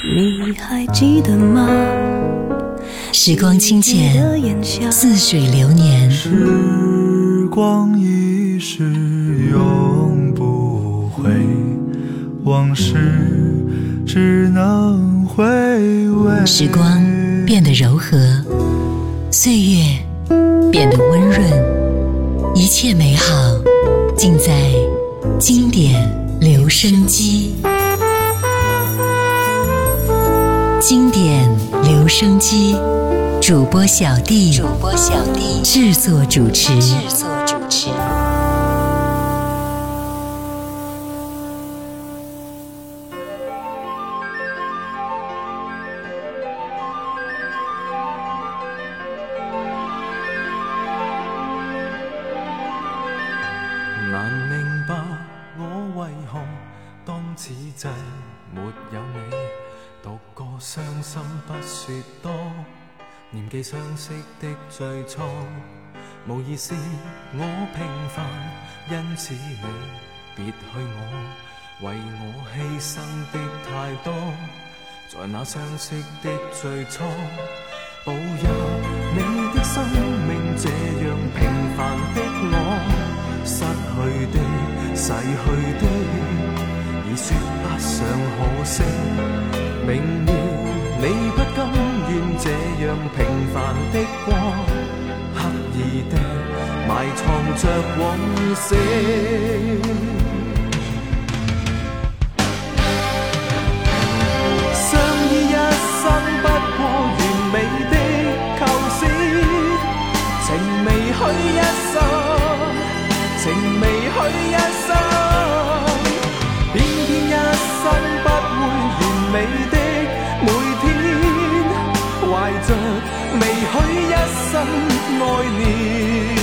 你还记得吗？ 时光清浅，似水流年。 时光一逝永不回，往事只能回味。 时光变得柔和，岁月变得温润，一切美好尽在经典留声机。经典留声机，主播小弟制作主持。 難明白我為何當此際沒有你，獨個傷心不說多，念記相識的最初，無疑是我平凡，因此你別去我，為我犧牲的太多，在那相識的最初，步入你的生命這樣平凡的我，失去的逝去的已說不上可惜，明了你不甘願這樣平凡的過，刻意的埋藏着往事，相依一生不過完美的構思，情未許一生，情未許一生，偏偏一生不會完美的每天，懷着未許一生愛念。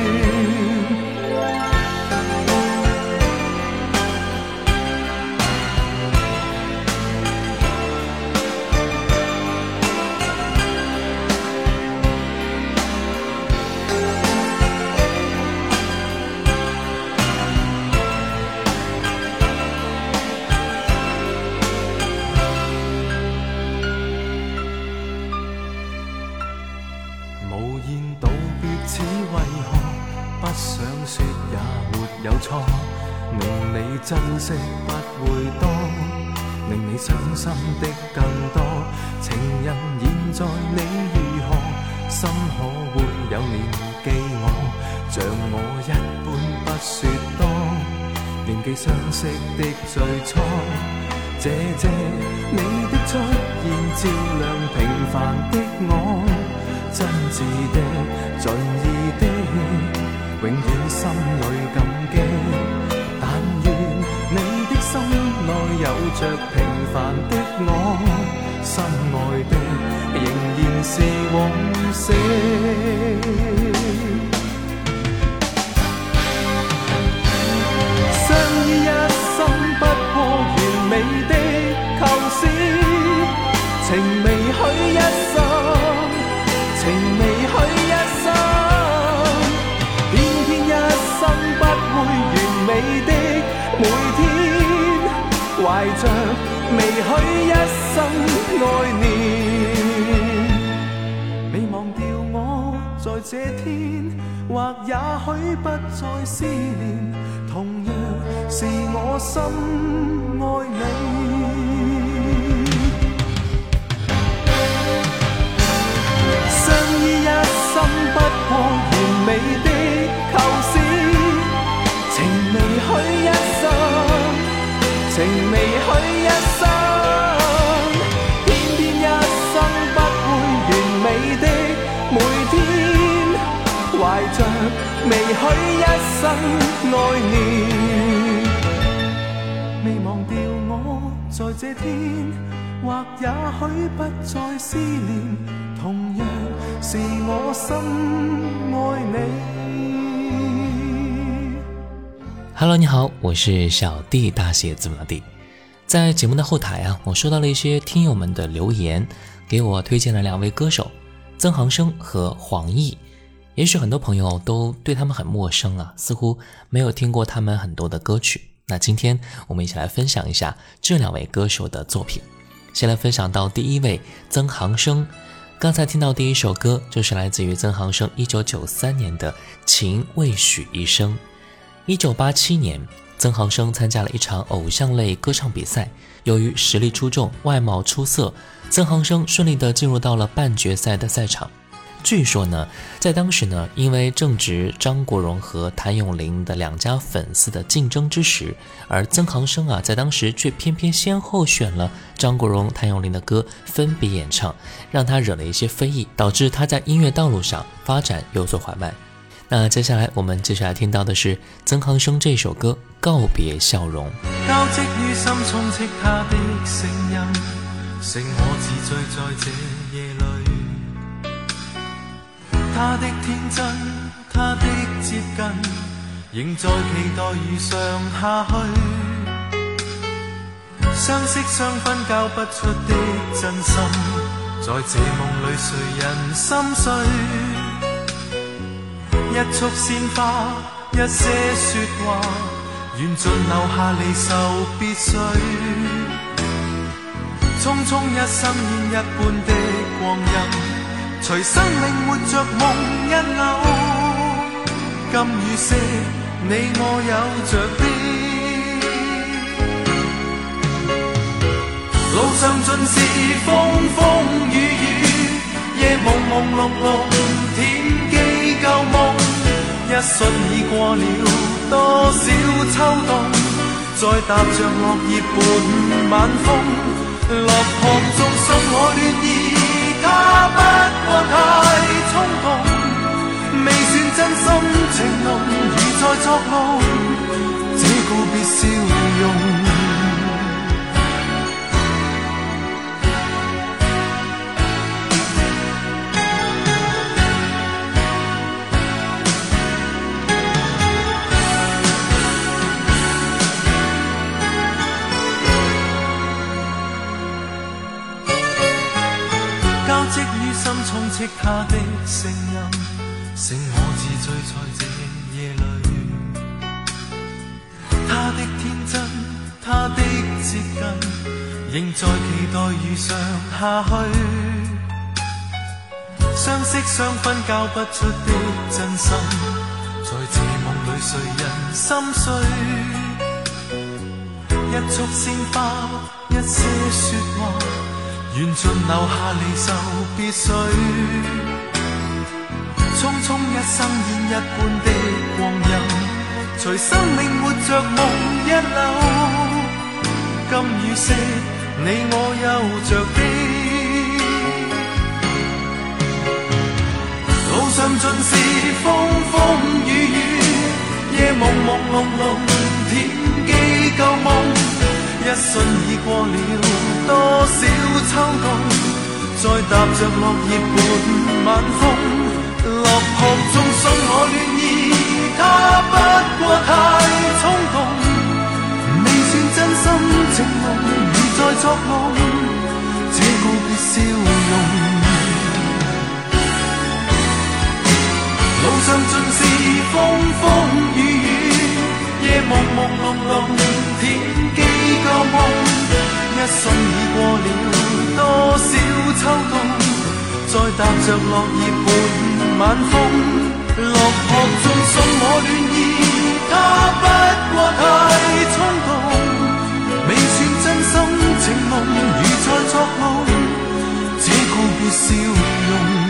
無言道別此為何，不想說也沒有錯，令你珍惜不會多，令你傷心的更多，情人現在你如何，心可會有念記我，像我一般不說多，念記相識的最初，謝謝你的出現照亮平凡的我，真摯的盡意的永遠心裏感激，但願你的心內有着平凡的我，心愛的仍然是往事，相依一生不過完美的構思，情未許一生，情未許一生，偏偏一生不會完美的每天，懷着未許一生愛念，未忘掉我在這天，或也許不再思念，同樣是我心愛你。心不過完美的構思，情未許一生，情未許一生，偏偏一生不會完美的每天，懷着未許一生愛念，未忘掉我在這天，或也許不再思念，同樣是我心愛你。 Hello， 你好，我是小弟，大写字母的弟。在节目的后台我收到了一些听友们的留言，给我推荐了2位歌手，曾航生和黄奕。也许很多朋友都对他们很陌生似乎没有听过他们很多的歌曲。那今天我们一起来分享一下这2位歌手的作品。 先来分享到第一位曾航生。刚才听到第一首歌就是来自于曾航生1993年的《情未许一生》。1987年，曾航生参加了一场偶像类歌唱比赛，由于实力出众、外貌出色，曾航生顺利地进入到了半决赛的赛场。据说呢，在当时呢，因为正值张国荣和谭咏麟的两家粉丝的竞争之时，而曾航生在当时却偏偏先后选了张国荣、谭咏麟的歌分别演唱，让他惹了一些非议，导致他在音乐道路上发展有所缓慢。那接下来我们继续来听到的是曾航生这首歌《告别笑容》。 交織於心充斥他的聲音，剩我自醉在這夜裏。他的天真，他的接近，仍在期待遇上下去。相識相分交不出的真心，在這夢裏誰人心碎？一束鮮花，一些說話，緣盡留下離愁別緒。匆匆一生煙一般的光陰，隨生命活着夢一縷，今與昔你我有着的，路上盡是風風雨雨，夜朦朦朧朧，天機舊夢，一瞬已過了多少秋冬，再踏着落葉伴晚風，落魄中送我戀意，他不過太衝動，未算真心情濃，如在作弄，這告別笑容。交織於心充斥他的聲音，剩我自醉在這夜裏。他的天真，他的接近，仍在期待遇上下去。相識相分交不出的真心，在這夢裏誰人心碎？一束鮮花，一些說話，緣盡留下離愁別緒，匆匆一生煙一般的光陰，隨生命活着夢一縷，今與昔你我有着的，路上盡是風風雨雨，夜朦朦朧朧，天機舊夢，一瞬已過了多少秋冬，再踏着落葉伴晚風，落魄中送我戀意，他不過太衝動，未算真心情濃，如在作夢，這告別笑容。路上盡是風風雨雨，夜朦朦朧朧，天機舊夢，一瞬已過了多少秋冬，再踏着落葉伴晚風，落魄中送我戀意，他不過太衝動，未算真心情濃，如在作夢，這告別笑容。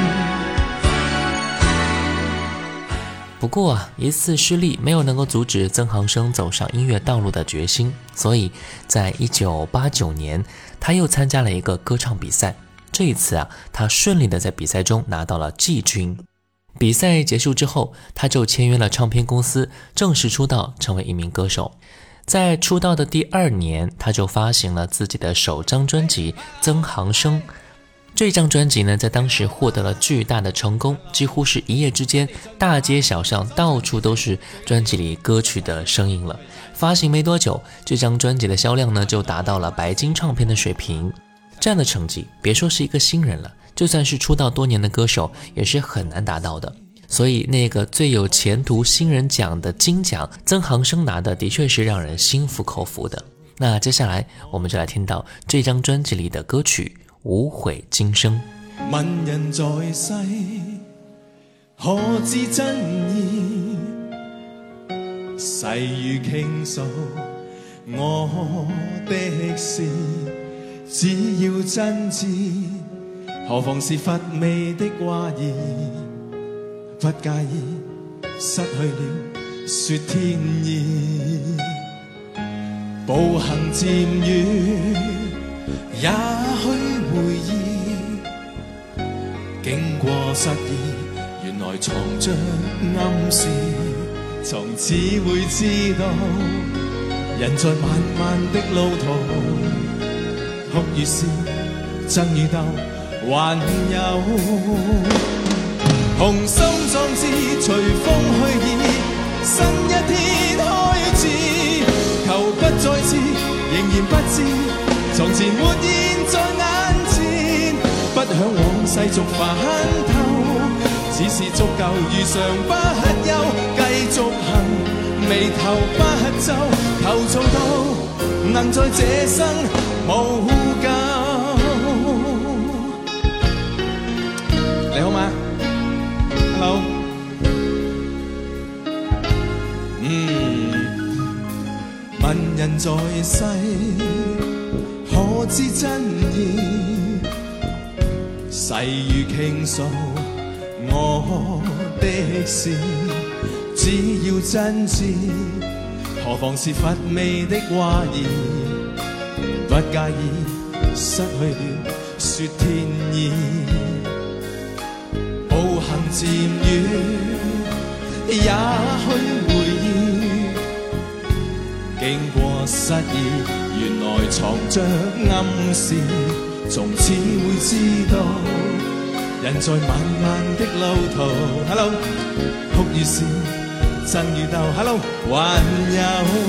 不過一次失利没有能够阻止曾航生走上音乐道路的决心，所以在1989年他又参加了一个歌唱比赛。这一次他顺利的在比赛中拿到了季军。比赛结束之后，他就签约了唱片公司，正式出道，成为一名歌手。在出道的第2年，他就发行了自己的首张专辑《曾航生》。这张专辑呢，在当时获得了巨大的成功，几乎是一夜之间，大街小巷到处都是专辑里歌曲的声音了。发行没多久，这张专辑的销量呢，就达到了白金唱片的水平。这样的成绩，别说是一个新人了，就算是出道多年的歌手，也是很难达到的。所以那个最有前途新人奖的金奖，曾航生拿的确是让人心服口服的。 那接下来我们就来听到这张专辑里的歌曲《无悔今生》。 问人在世可知真意，誓與傾訴我的事，只要真摯，何妨是乏味的話兒，不介意失去了說天意，步行漸遠也許回憶，經過失意原來藏着暗示，從此會知道人在漫漫的路途，哭與笑爭與鬥還有雄心壯志隨風去矣，新一天開始，求不再次仍然不知從前活現在眼前，不向往世俗煩透，只是足夠如常不休，繼續行眉頭不皺，求做到能在這生無咎。你好嗎 ？Hello。問人在世可知真意，誓與傾訴我的事，只要真摯，何妨是乏味的話兒，不介意失去了說天意，步行漸遠也許回憶，經過失意原來藏着暗示，從此會知道人在漫漫的路途 Hello 哭與笑爭與鬥 Hello 還有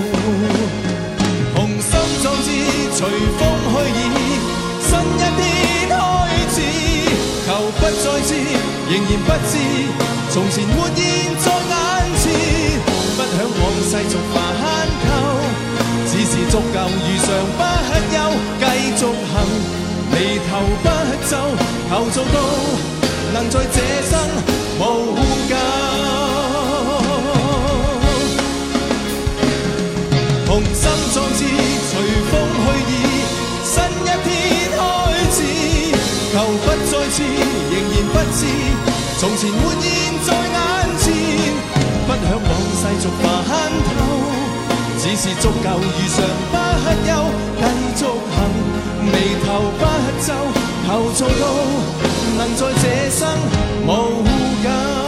雄心壯志隨風去矣，新一天開始，求不再知仍然不知從前活現在眼前，不向往世俗煩透，只是足夠如常不休，繼續行眉頭不皺，求做到能在這生無咎。雄心壯志隨風去矣，新一天開始，求不再次仍然不知從前活現在眼前，不向往世俗煩透，只是足夠如常不休，繼續行眉頭不皺，求做到能在這生無咎。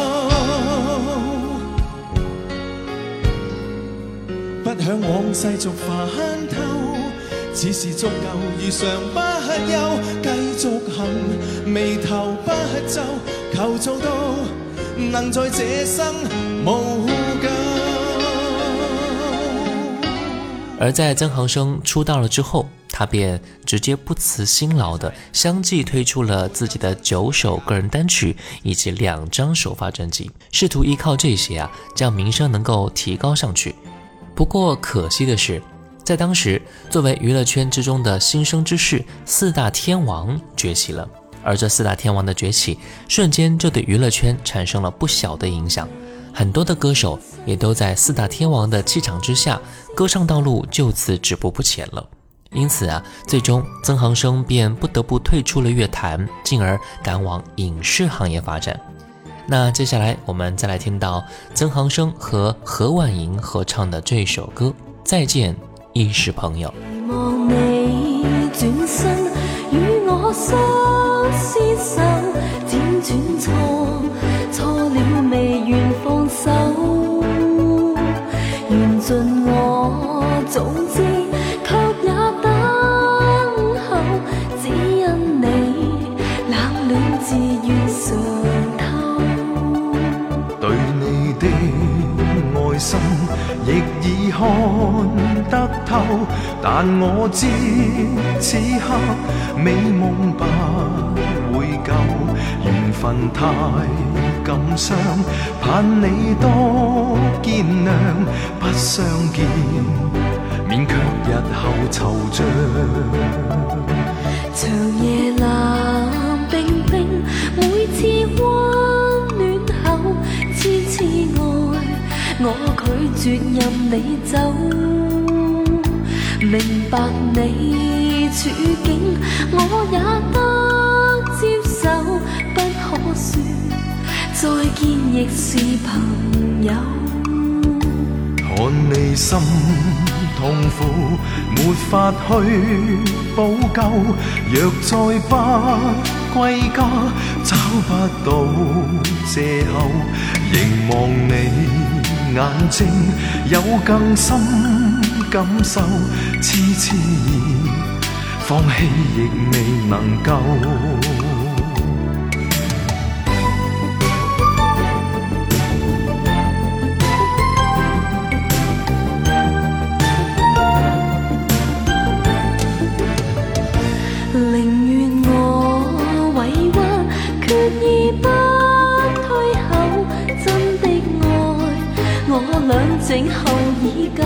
不向往世俗煩透，只是足夠如常不休，繼續行眉頭不皺，求做到能在這生無咎。 而在曾航生出道了之后，他便直接不辞辛劳的相继推出了自己的9首个人单曲以及2张首发专辑，试图依靠这些将名声能够提高上去。不过可惜的是，在当时作为娱乐圈之中的新生之士，4大天王崛起了，而这4大天王的崛起瞬间就对娱乐圈产生了不小的影响，很多的歌手也都在4大天王的气场之下，歌唱道路就此止步不前了。因此最终曾航生便不得不退出了乐坛，进而赶往影视行业发展。那接下来我们再来听到曾航生和何婉莹合唱的这首歌《再见亦是朋友》。 期望你轉身與我相廝守，輾轉錯了未願放手，緣盡我早知卻也等候，只因你冷暖自願嘗透。 對你的愛心亦已看得透，但我知此刻美夢不會夠，緣分太感傷，盼你多見諒，不相見勉強日後後惆悵。 長夜冷冰冰，每次溫暖後痴痴愛，我拒絕任你走。明白你處境，我也得接受，不可說再見亦是朋友。 看你心痛苦，沒法去補救，若再不歸家，找不到藉口，凝望你眼睛，有更深感受，痴痴意放棄亦未能夠。靜候已久，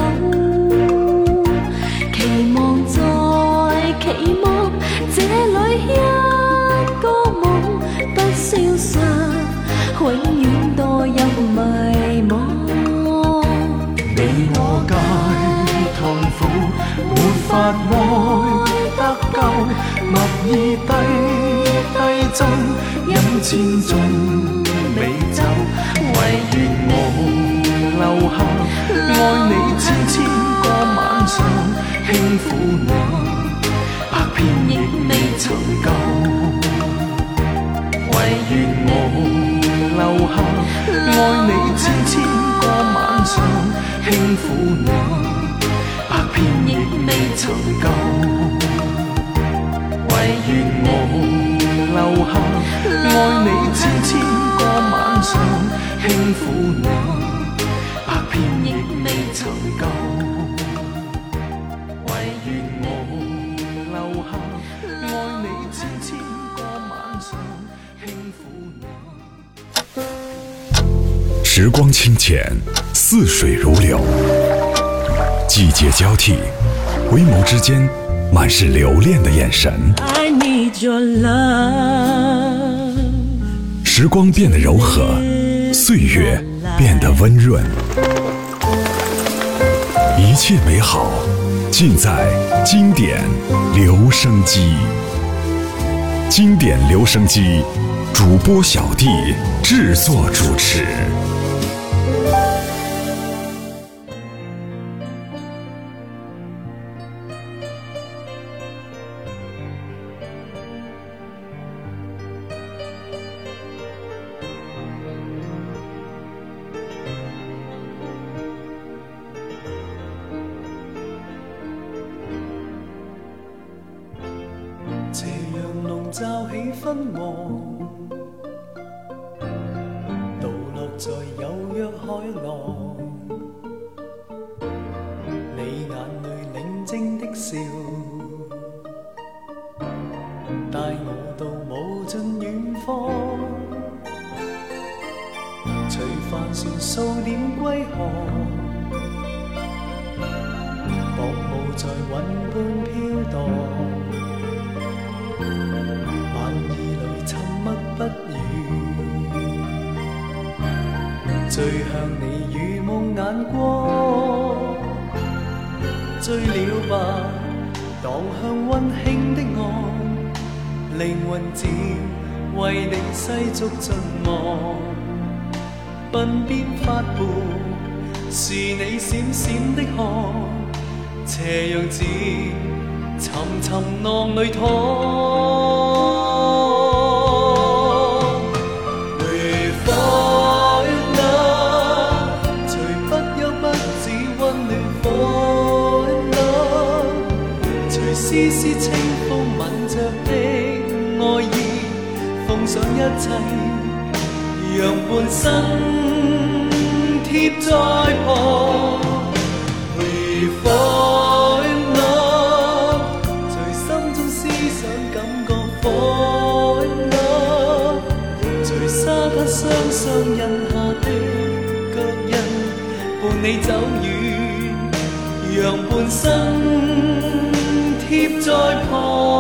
期望再期望，這裏一個夢不消失，永遠墮入迷惘。你我皆痛苦，沒法愛得夠，默意低奏，因千種美酒，唯願我留下，愛你千個晚上，輕撫你，百遍亦未曾夠。唯願我留下，愛你千個晚上，輕撫你，百遍亦未曾夠。唯願我留下，愛你千個晚上，輕撫你。亦未曾夠，唯願我留下，愛你千個晚上，輕撫你。 時光清淺，似水如流，季節交替，回眸之間滿是留戀的眼神。 I need your love。 時光變得柔和，歲月變得溫潤。一切美好盡在經典留聲機。經典留聲機主播小弟製作主持。 斜陽籠罩起昏黃，倒落在有約海浪。你眼淚寧靜的笑，帶我到無盡遠方。隨帆船數點歸航，薄霧在雲畔飄蕩。晚意裏沉默不語，醉向你如夢眼光。醉了吧，蕩向溫馨的岸，靈魂只為你世俗盡忘。鬢邊發胖，是你閃閃的汗，斜陽自沉沉浪裏淌。With all love， 隨不憂不止溫暖 for love， 隨絲絲清風吻着的愛意，奉上一切，讓半生貼在旁。With all love， 隨心中思想感覺 for love， 隨沙灘雙雙印下的腳印，伴你走遠，讓半生在旁，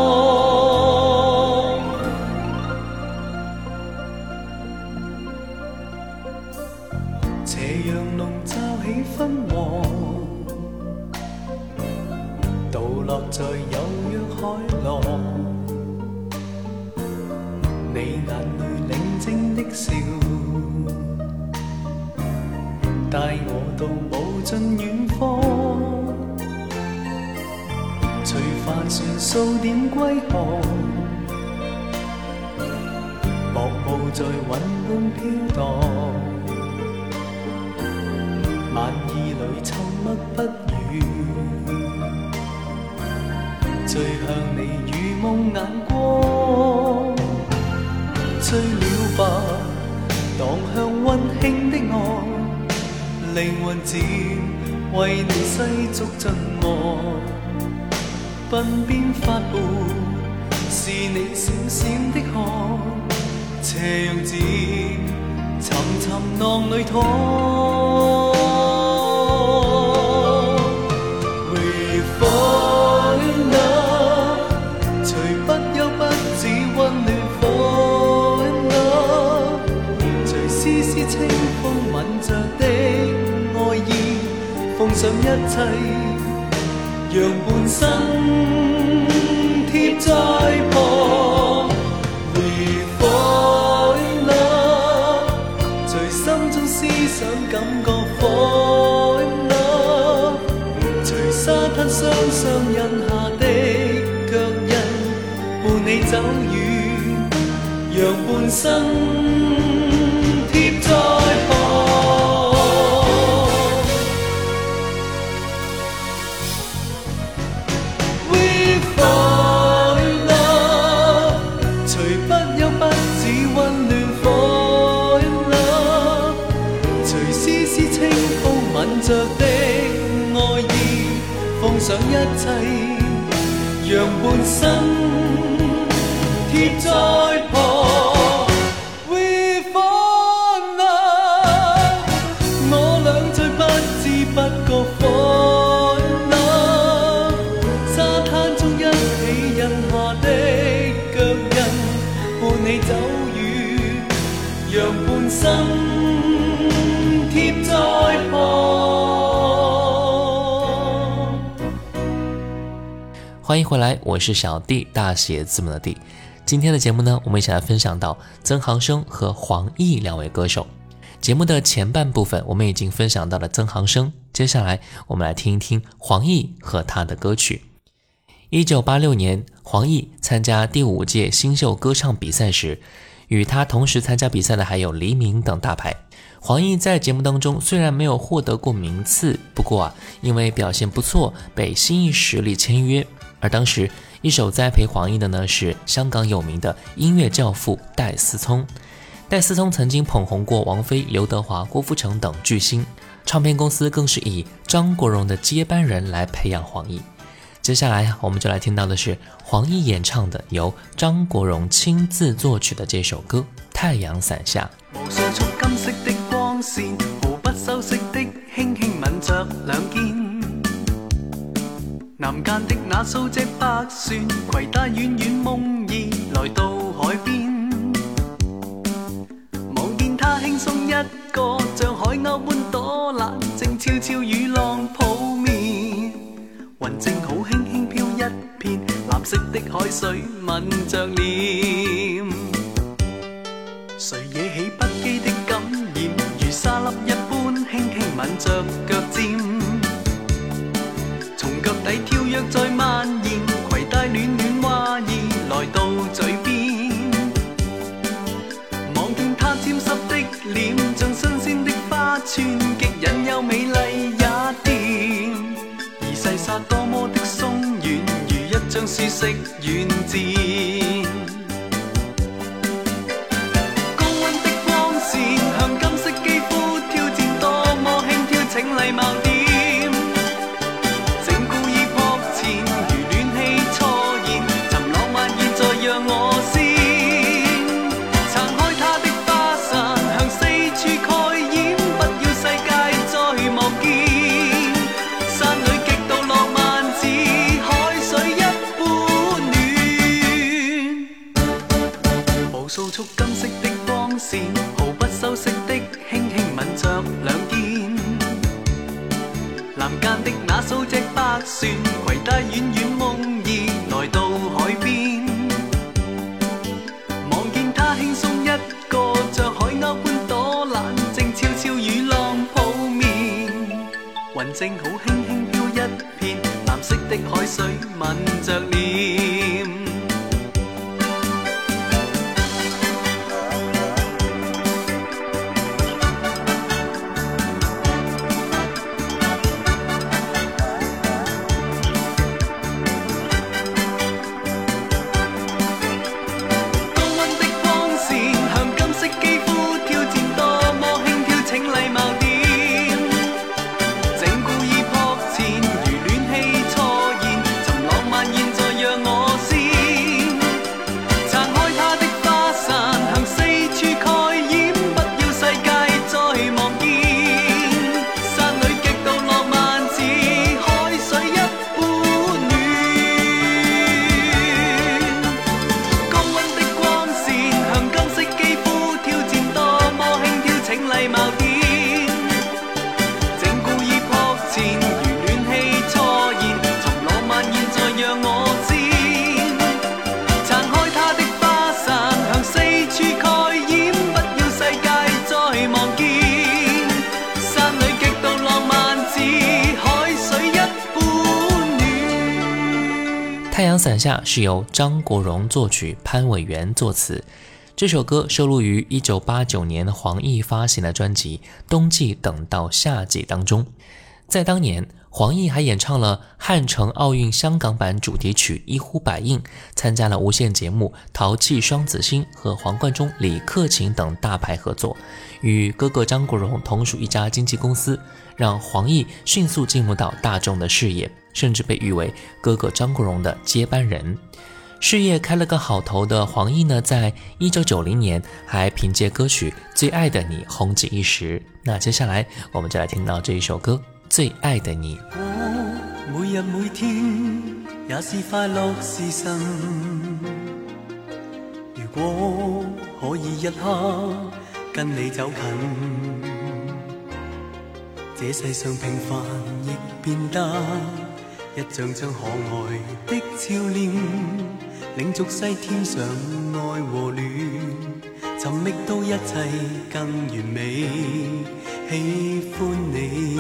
斜陽籠罩起昏黃，倒落在有約海浪，你眼淚寧靜的笑，帶我到無盡遠方，隨帆船數點歸航，薄霧在雲滿飄蕩，晚意裏沉默不語，追向你如夢眼光，醉了吧，蕩向溫馨的愛，靈魂漸為你世俗盡忘，鬢邊發布是你閃閃的汗，斜陽漸沉沉浪裏淌。Fall in love， 隨不憂不止溫暖 Fall in love， 隨絲絲清風吻着的愛意，奉上一切，讓半生貼在旁。We fall in love， 隨心中思想感覺 Fall in love， 隨沙灘雙雙印下的腳印，伴你走遠，讓半生貼在旁。We fall in love， 隨不憂不止溫暖 Fall in love， 隨絲絲清風吻着的愛意，奉上一切，讓半生貼在旁。We fall in love， 我倆最不知不覺 fall in love， 沙灘中一起印下的腳印，伴你走遠，讓半生貼在旁。 欢迎回来，我是小弟，大写字母的弟。今天的节目呢，我们一起来分享到曾航生和黄奕两位歌手。节目的前半部分我们已经分享到了曾航生，接下来我们来听一听黄奕和他的歌曲。1986年，黄奕参加第5届新秀歌唱比赛时，与他同时参加比赛的还有黎明等大牌。黄奕在节目当中虽然没有获得过名次，不过因为表现不错，被新艺实力签约。而当时一手栽培黄奕的呢，是香港有名的音乐教父戴思聪。戴思聪曾经捧红过王菲、刘德华、郭富城等巨星，唱片公司更是以张国荣的接班人来培养黄奕。接下来我们就来听到的是黄奕演唱的由张国荣親自作曲的這首歌《太陽傘下》。 無數束金色的光線，毫不修飾的輕輕吻着兩肩，南間的那數隻白船，攜帶遠遠夢兒來到海邊，望見他輕鬆一個，像海鷗般躲懶，正悄悄與浪抱面，雲正好輕輕飄一片，藍色的海水吻着臉，誰惹起不羈的感染，如沙粒一般輕輕吻着腳尖，從腳底跳躍再蔓延，攜帶暖暖話意來到嘴邊，望見他沾濕的臉，像新鮮的花串，極引誘美麗也甜，而細沙多麼的鬆軟，如一張舒適軟墊。高溫的光線向金色肌膚挑戰，多麼輕佻請禮貌點，正故意撲前，如暖氣錯現，尋浪漫現在讓我先，撐開他的花傘，向四處蓋掩，不要世界再望見，山裏極度浪漫似海水一般無數束金色的光線，毫不修飾的輕輕吻着兩肩。南間的那數隻白船，攜帶遠遠夢兒來到海邊。望見他輕鬆一個，像海鷗般躲懶，靜悄悄與浪鋪面。雲正好輕輕飄一片，藍色的海水吻着臉。 太阳伞下是由张国荣作曲，潘伟源作词。这首歌收录于1989年黄奕发行的专辑《冬季等到夏季》当中。在当年，黄奕还演唱了汉城奥运香港版主题曲《一呼百应》，参加了无线节目《淘气双子星》和黄贯中、李克勤等大牌合作，与哥哥张国荣同属一家经纪公司，让黄奕迅速进入到大众的视野，甚至被誉为哥哥张国荣的接班人。事业开了个好头的黄奕呢，在1990年还凭借歌曲《最愛的你》紅極一時。那接下來我們就來聽到這一首歌《最愛的你》。 每日每天也是快樂時辰，如果可以一刻跟你走近，這世上平凡亦變得一張張可愛的笑臉，令俗世添上愛和戀，尋覓到一切更完美，喜歡你。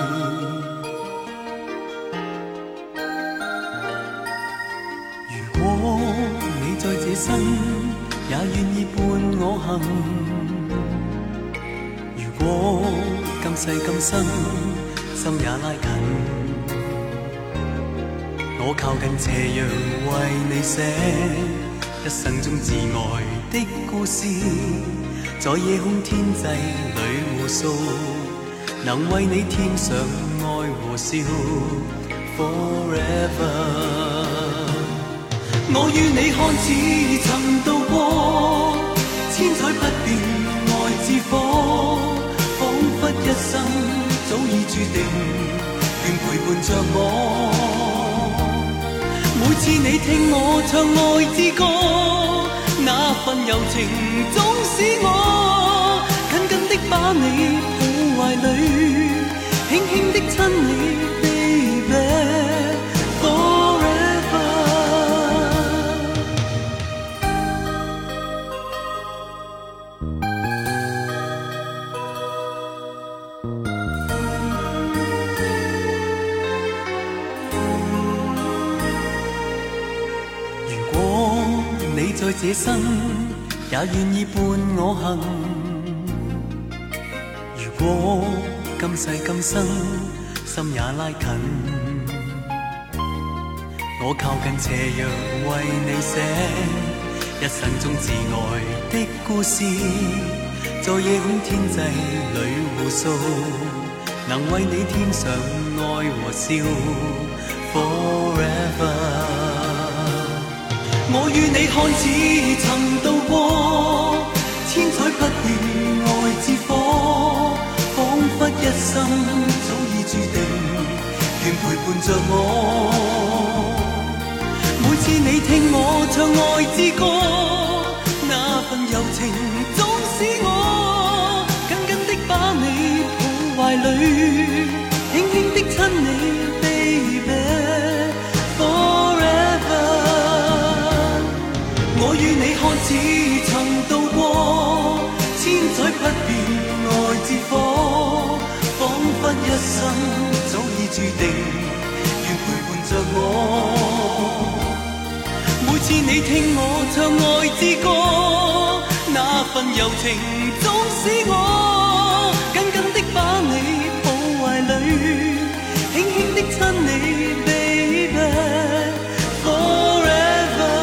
如果你在這生也願意伴我行，如果今世今生心也拉近，我靠近斜陽為你寫一生中至愛的故事，在夜空天際裏互訴，能為你添上愛和笑 Forever。 我與你看似曾渡過千載不變愛之火，彷彿一生早已注定願陪伴着我。每次你聽我唱愛之歌，那份柔情總使我緊緊的把你抱懷裡，輕輕的親你 Baby Forever。 如果你在這生也願意伴我行，如果今世今生心也拉近，我靠近斜陽為你寫一生中至愛的故事，在夜空天際裏互訴，能為你添上愛和笑 Forever。 我與你看似曾渡過千載不變愛之火，彷彿一生早已注定願陪伴着我。每次你聽我唱愛之歌，那份與你看似曾渡過千載不變愛之火，彷彿一生早已注定願陪伴着我。每次你聽我唱愛之歌，那份柔情總使我緊緊的把你抱懷裡，輕輕的親你 baby forever。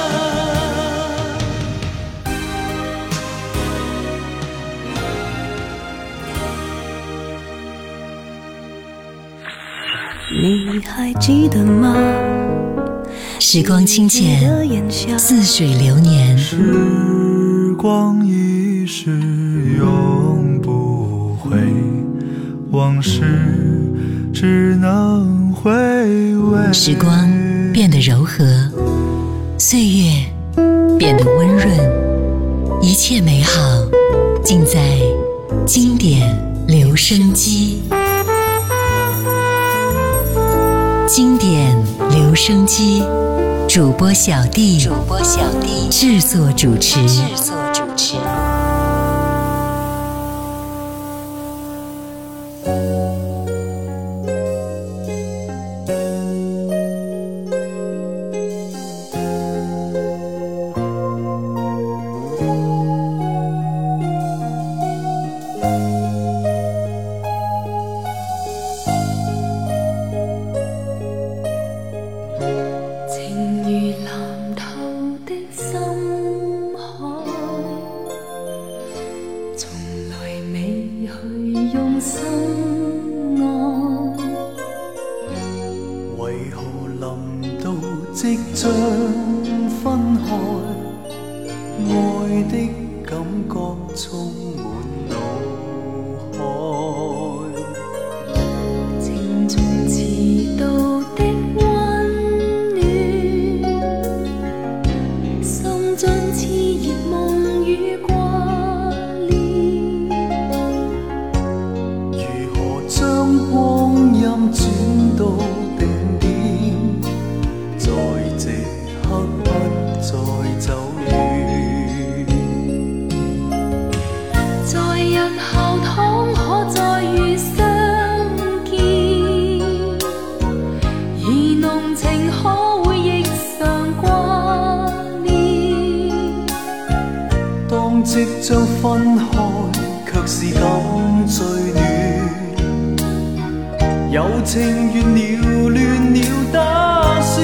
你還記得嗎？ 時光清淺，似水流年。 時光一逝永不回，往事只能回味。 時光變得柔和，歲月變得溫潤，一切美好盡在經典留聲機。經典留聲機，主播小弟製作主持。 即將分開，愛的感覺充滿腦海。 情從遲到的溫暖，心將熾熱夢與掛念。 如何將光陰轉到定點？在這刻不再走遠， 在日後倘可再遇相見，而濃情可會亦常掛念。 當即將分開，卻是感最暖，有情願了亂了打算。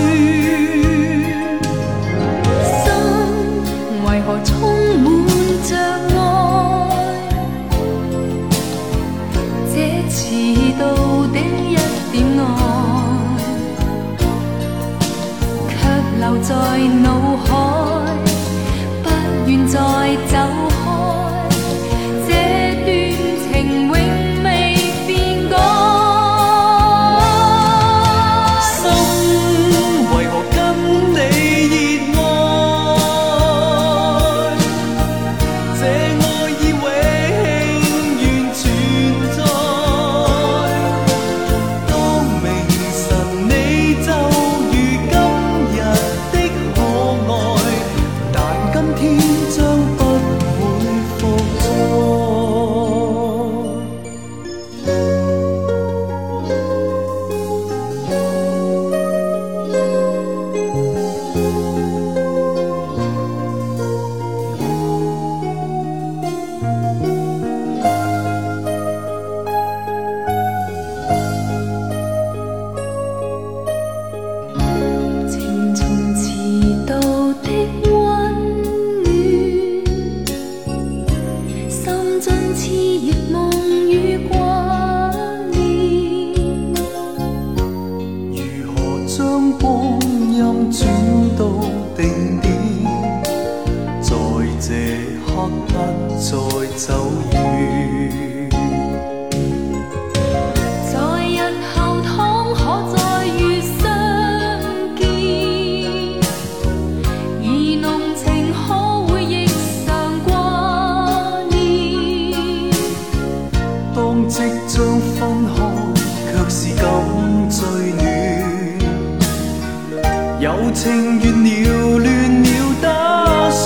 為何充滿着愛？這遲到的一點愛，卻留在腦海，不願再走開。這段情永未變改。 心為何跟你熱愛？有情願了亂了打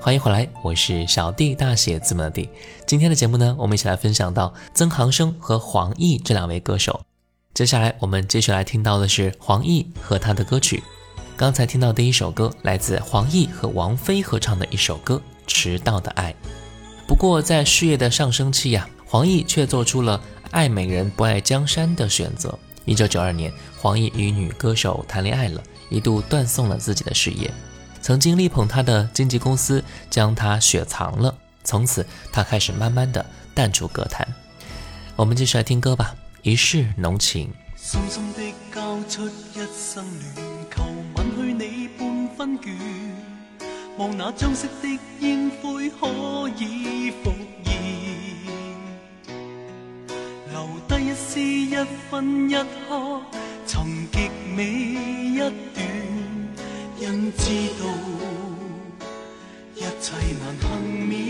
欢迎回来，我是小弟大写字母的弟。今天的节目呢，我们一起来分享到曾航生和黄奕这2位歌手。接下来我们继续来听到的是黄奕和他的歌曲。刚才听到第一首歌来自黄奕和王菲合唱的一首歌《迟到的爱》。不过在事业的上升期黄奕却做出了爱美人不爱江山的选择。1992年，黄奕与女歌手谈恋爱了，一度断送了自己的事业。曾经力捧他的经纪公司将他雪藏了，从此他开始慢慢的淡出歌坛。我们继续来听歌吧，一世浓情。 深深的交出一生戀，求吻去你半分倦，望那將熄的煙灰可以復燃，留低一絲一分一刻，曾極美一段，因知道一切難幸免，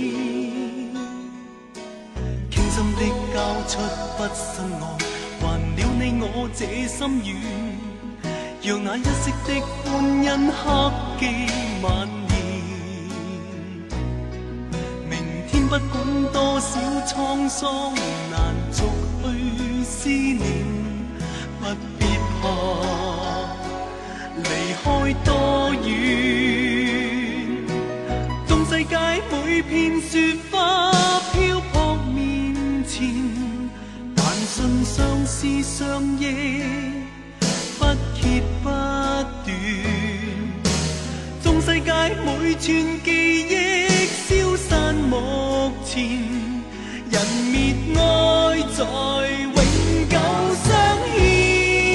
傾心的交出不生愛，還了你我這心願，讓那一息的歡欣刻記萬年。明天不管多少滄桑，難續去思念，不必怕離開多遠。縱世界每片雪花飄泊面前，但信相思相依，不歇不斷。縱世界每串記憶消散目前，人滅愛在永久相牽。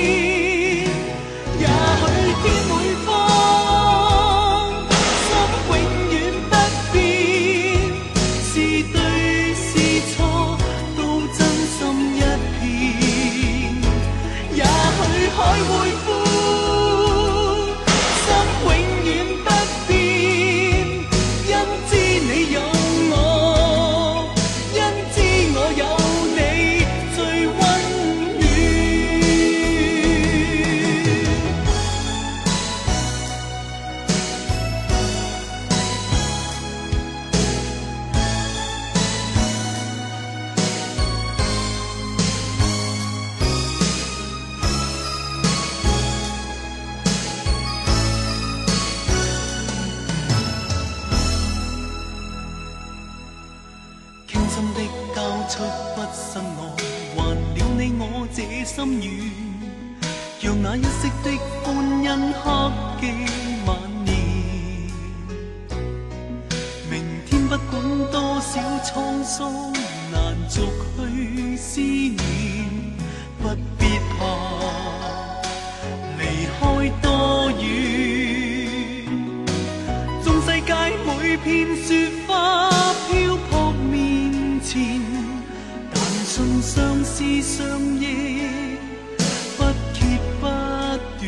也許天會荒，心永遠不變，是對是錯都真心一片。也許海會枯，心永遠不變，因知你有我，因知我有你最溫暖。傾心的交出不生愛，還了你我這心願，讓那一息的歡欣刻記萬年。明天不管多少滄桑，難續去思念，不必怕離開多遠。縱世界每片雪花飄泊面前，但信相思相依，不歇不斷。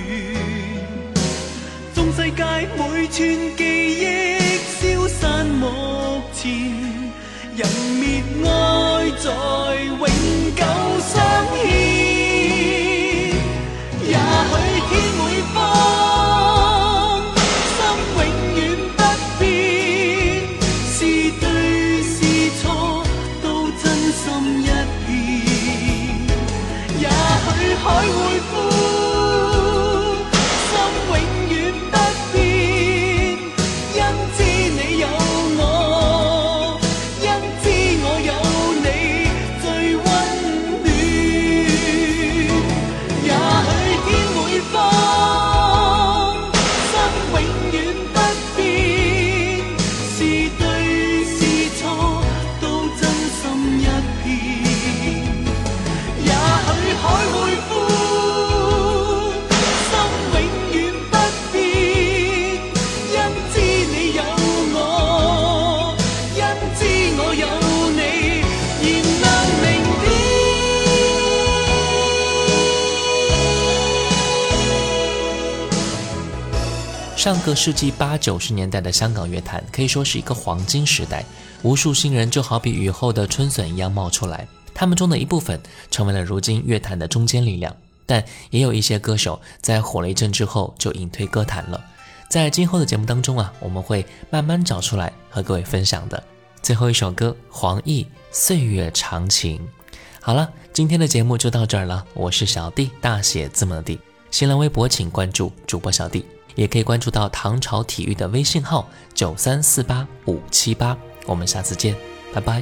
縱世界每串記憶消散目前，人滅愛在永久相牽。也許天會荒，心永遠不變，是對是錯都真心一片。也許海會枯，心永遠不變，因知你有我，因知我有你最溫暖。也許天會荒，心永遠不變，是對是錯都真心一片。也許海會枯，心永遠不變，因知你有我，因知我有你，燃亮明天。 上个世纪80、90年代的香港乐坛可以说是一个黄金时代，无数新人就好比雨后的春笋一样冒出来，他们中的一部分成为了如今乐坛的中坚力量，但也有一些歌手在火了一阵之后就隐退歌坛了。 在今后的节目当中啊，我们会慢慢找出来和各位分享的。最后一首歌，黄奕，岁月长情。好了，今天的节目就到这儿了，我是小弟，大写字母的弟。新浪微博请关注主播小弟，也可以关注到唐朝体育的微信号9348578，我们下次见，拜拜。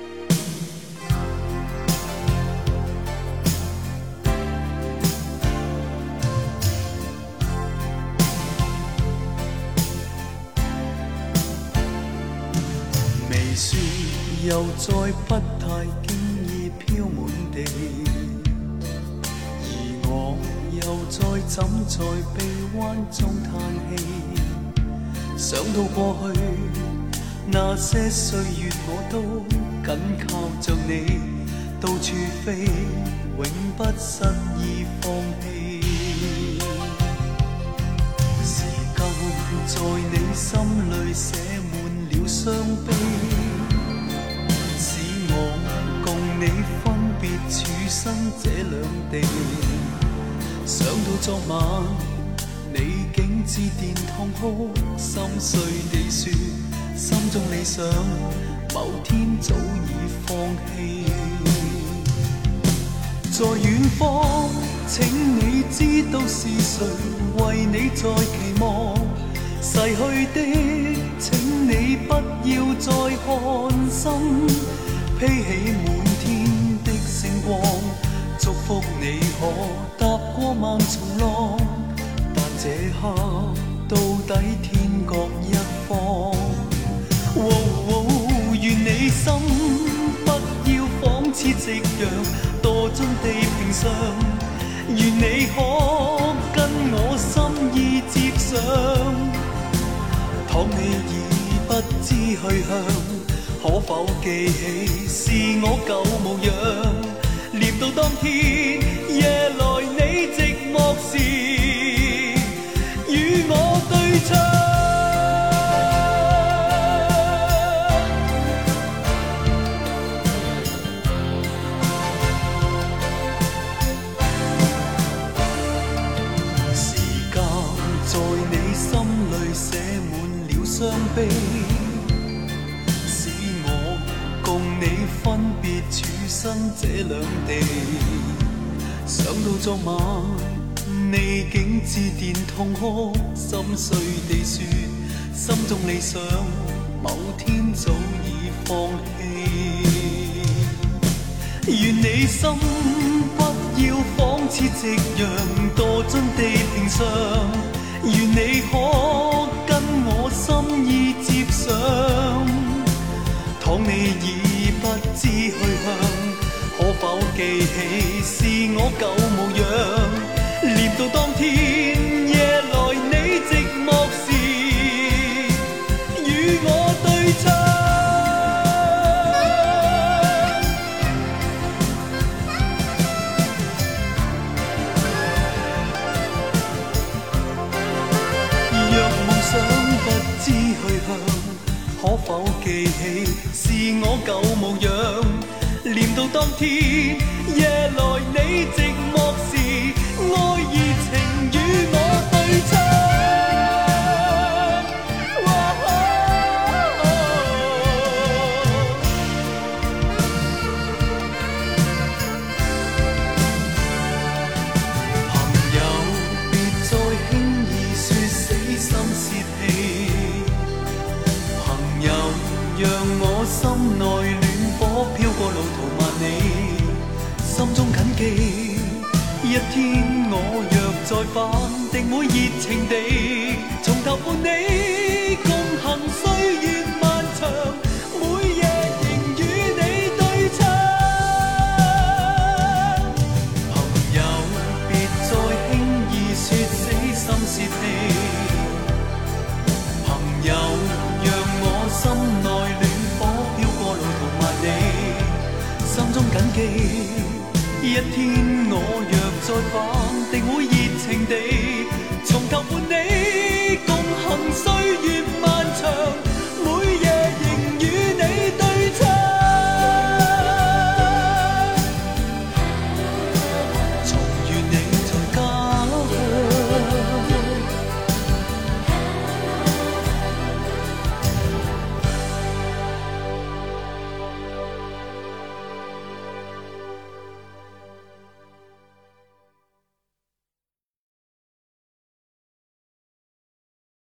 微雪又再不太經意飄滿地，而我又再枕在臂彎中嘆氣。想到過去那些歲月，我都緊靠着你，到處飛，永不失意放棄。時間在你心裏寫滿了傷悲，使我共你分別處身這兩地。想到昨晚你竟致電痛哭，心碎地說心中理想某天早已放棄。在遠方請你知道是誰為你在期望，逝去的請你不要再看心，披起滿天的星光，祝福你可踏過萬重浪，但這刻到底天各一方。願你心不要仿似夕陽墮進地平上，願你可跟我心意接上。倘你已不知去向，可否記起是我舊模樣？念到當天夜來你寂寞時，與我對唱。傷悲，使我共你分別處身這兩地。想到昨晚你竟致電痛哭，心碎地說心中理想某天早已放棄。願你心不要仿似夕陽墮進地平上，願你可跟我心意接上。倘你已不知去向，可否記起是我舊模樣？念到當天夜來你寂寞時，與我對唱。可否記起是我舊模樣？念到當天夜來你寂寞時，愛熱情與我對唱。朋友別再輕易說死心泄氣，讓我心內暖火飄過路途萬里，心中謹記，一天我若再返，定會熱情地從頭伴你共行歲月漫長，每夜仍與你對唱。朋友別再輕易說死心泄氣，朋友讓我心內心中謹記，一天我若再返，定會熱情地